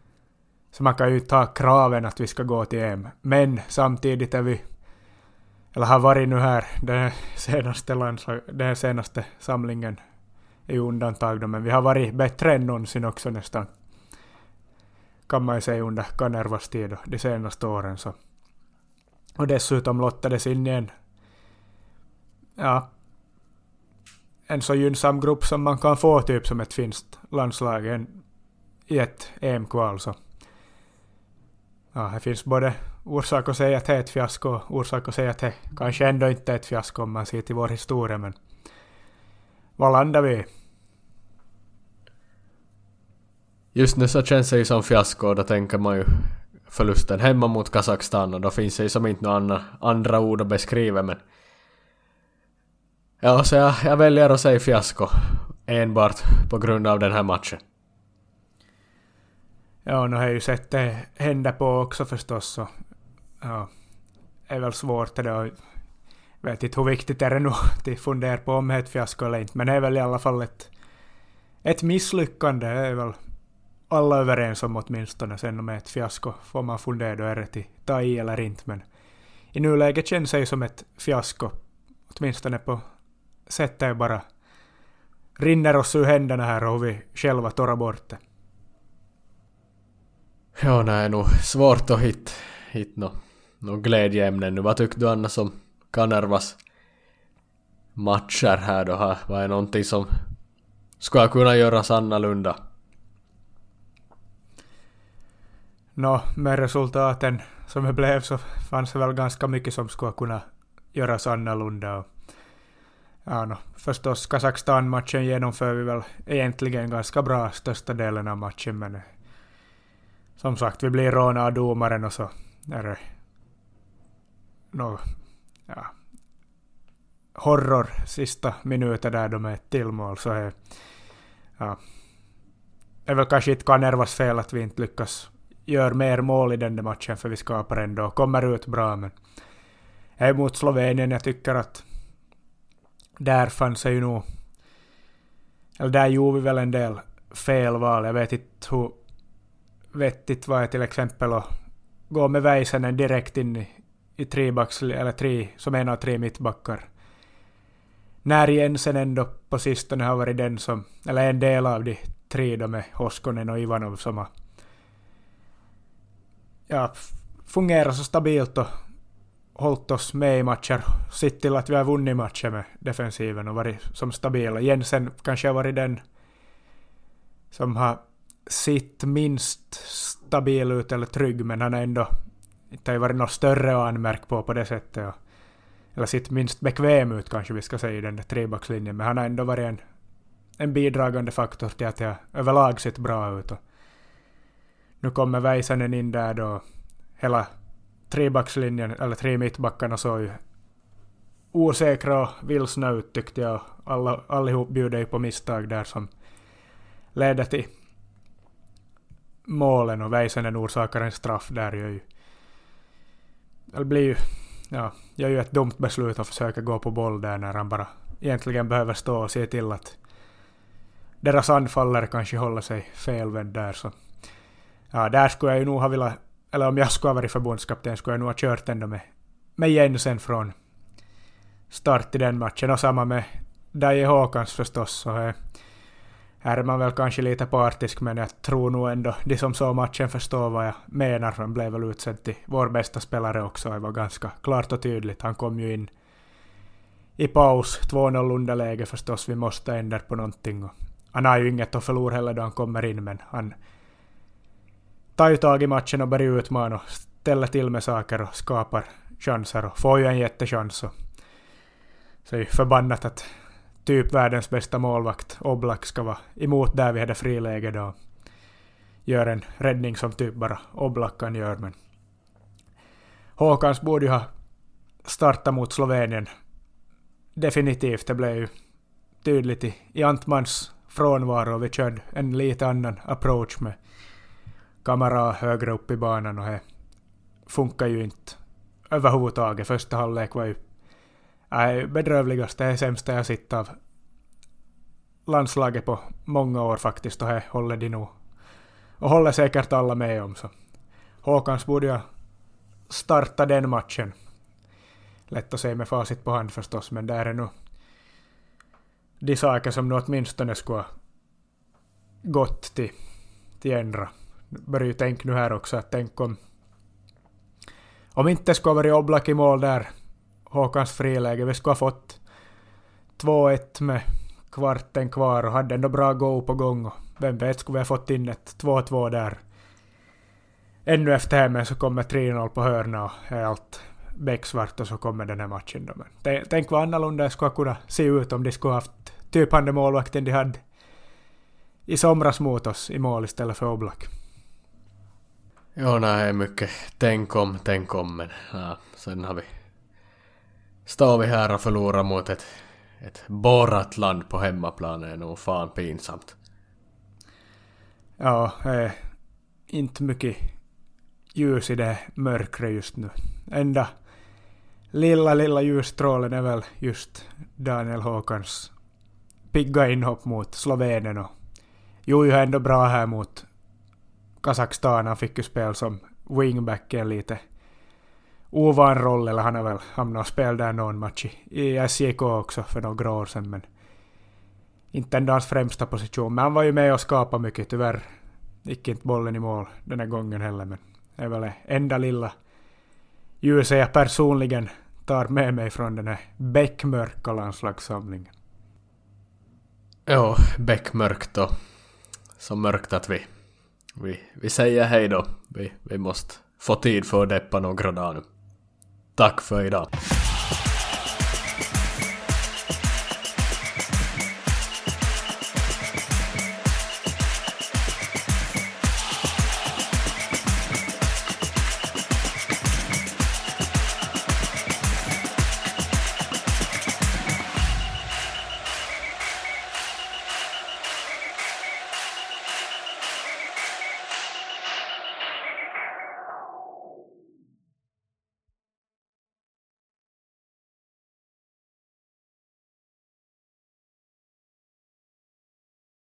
Så man kan ju ta kraven att vi ska gå till E M. Men samtidigt är vi, eller har varit nu här den senaste, landslag, den senaste samlingen är undantag då, men vi har varit bättre än någonsin också nästan, kan man ju säga, under Kanervas tid då, de senaste åren. Så. Och dessutom lottades in i en, ja, en så gynnsam grupp som man kan få typ som ett finskt landslag en, i ett E M-kval. Så. Ja, det finns både orsak att säga att det är ett fiasko och orsak att säga att det kanske ändå inte är ett fiasko om man ser till vår historia, men vad landar vi? Just nu så känns det ju som fiasko, och då tänker man ju förlusten hemma mot Kazakstan, och då finns det ju som inte några andra, andra ord att beskriva, men ja, så jag, jag väljer att säga fiasko enbart på grund av den här matchen. Ja, nu har jag ju sett det hända på också förstås, så ja, det är väl svårt det då. Jag vet inte hur viktigt är det nu att fundera på om det är ett fiasko eller inte, men det är väl i alla fall ett, ett misslyckande, det är väl alla överens om åtminstone. Sen om ett fiasko får man fundera, då är det till ta i eller inte, men i nuläget känns det ju som ett fiasko, åtminstone på sättet är bara rinner oss ur händerna här och vi själva torrar bort det. Ja, det är nog svårt att hitta hit något no glädjeämnen nu. Vad tycker du annars om Kanervas matcher här då? Vad är någonting som ska kunna göras annorlunda? Nå, med resultaten som det blev så fanns det väl ganska mycket som skulle kunna göras annorlunda. Och, ja, no, förstås Kazakstan-matchen genomför vi väl egentligen ganska bra största delen av matchen, men som sagt, vi blir råna av domaren och så är det no, ja, horror sista minuter där de är ett tillmål, så är ja, det är väl kanske inte Kanervas fel att vi inte lyckas göra mer mål i den där matchen, för vi skapar ändå och kommer ut bra, men är mot Slovenien, jag tycker att där fanns det ju nog, eller där gjorde vi väl en del felval. Jag vet inte hur vettigt var det till exempel att gå med Väisänen direkt in i, i tre backs, eller tre, som en av tre mittbackar. När Jensen ändå på sistone har varit den som, eller en del av de tre då med Hoskonen och Ivanov som har ja, fungerat så stabilt och hållit oss med i matcher. Sitt till att vi har vunnit matcher med defensiven och varit som stabila. Jensen kanske har varit den som har sitt minst stabil ut eller trygg, men han har ändå inte har varit något större att anmärka på på det sättet. Och, eller sitt minst bekväm ut kanske vi ska säga i den där trebackslinjen, men han har ändå varit en, en bidragande faktor till att det överlag sett bra ut. Och nu kommer Väisänen in där då hela trebackslinjen, eller tre mittbackarna såg ju osäkra och vilsna ut tyckte jag. Alla, allihop bjuder ju på misstag där som ledde till målen, och Väisänen orsakar en straff där. Gör ju, det blir ju, ja, gör ju ett dumt beslut att försöka gå på boll där när han bara egentligen behöver stå och se till att deras anfallare kanske håller sig felvänd där. Så ja, där skulle jag ju nog ha velat, eller om jag skulle ha varit förbundskapten skulle jag nog ha kört ändå med, med Jensen från start i den matchen, och samma med Daje Håkans förstås. Så här, här är man väl kanske lite partisk, men jag tror nog ändå de som såg matchen förstår vad jag menar. Han blev väl utsedd till vår bästa spelare också, det var ganska klart och tydligt. Han kom ju in i paus, två noll underläge förstås, vi måste ändra på någonting, och han har ju inget att förlora heller då han kommer in, men han tar ju tag i matchen och börjar utmana och ställer till med saker och skapar chanser och får ju en jättechans. Så det är ju förbannat att typ världens bästa målvakt Oblak ska vara emot där vi hade friläge då. Gör en räddning som typ bara Oblak kan göra, men Håkans borde ju ha startat mot Slovenien. Definitivt, det blev ju tydligt i, i Antmans frånvaro, och vi körde en lite annan approach med kamera högre upp i banan, och det funkar ju inte överhuvudtaget. Första halvlek var ju äh, bedrövligast, det är sämsta jag sett av landslaget på många år faktiskt, och det håller de nog och håller säkert alla med om. Så Håkans borde jag starta den matchen. lätt att säga med facit på hand förstås, men där är nog de saker som nog åtminstone skulle ha gått till, till ändra. Börjar ju tänka nu här också att tänk om om inte skulle ha varit Oblak i mål där, Håkans friläge, vi skulle ha fått två ett med kvarten kvar och hade ändå bra go på gång, och vem vet, skulle vi ha fått in ett två två där. Ännu efter hemmen så kommer tre noll på hörna och är allt becksvart, och så kommer den här matchen då. Men tänk, tänk vad annorlunda det skulle kunna se ut om de skulle haft typ han målvakten de hade i somras mot oss i mål istället för Oblak. Ja, nej, mycket tänk om, tänk om, men ja, sen har vi står vi här och förlorar mot ett, ett borrat land på hemmaplan. Är nog fan pinsamt. Ja, eh, inte mycket ljus i det mörkret just nu. Enda lilla, lilla ljusstrålen är väl just Daniel Håkans pigga inhopp mot Slovenien, och gjorde ju ändå bra här mot Kazakstan. Han fick ju spel som wingback, en lite ovan roll, eller han har väl hamnat och spel där någon match i S J K också för några år sedan, men inte ändå hans främsta position. Men han var ju med och skapade mycket, tyvärr gick inte bollen i mål den här gången heller, men det är väl det enda lilla ljuset jag personligen tar med mig från den här beckmörka landslagssamlingen. Ja, beckmörkt då. Så mörkt att vi vi, vi säger hej då. Vi, vi måste få tid för att deppa några dagar nu. Tack för idag.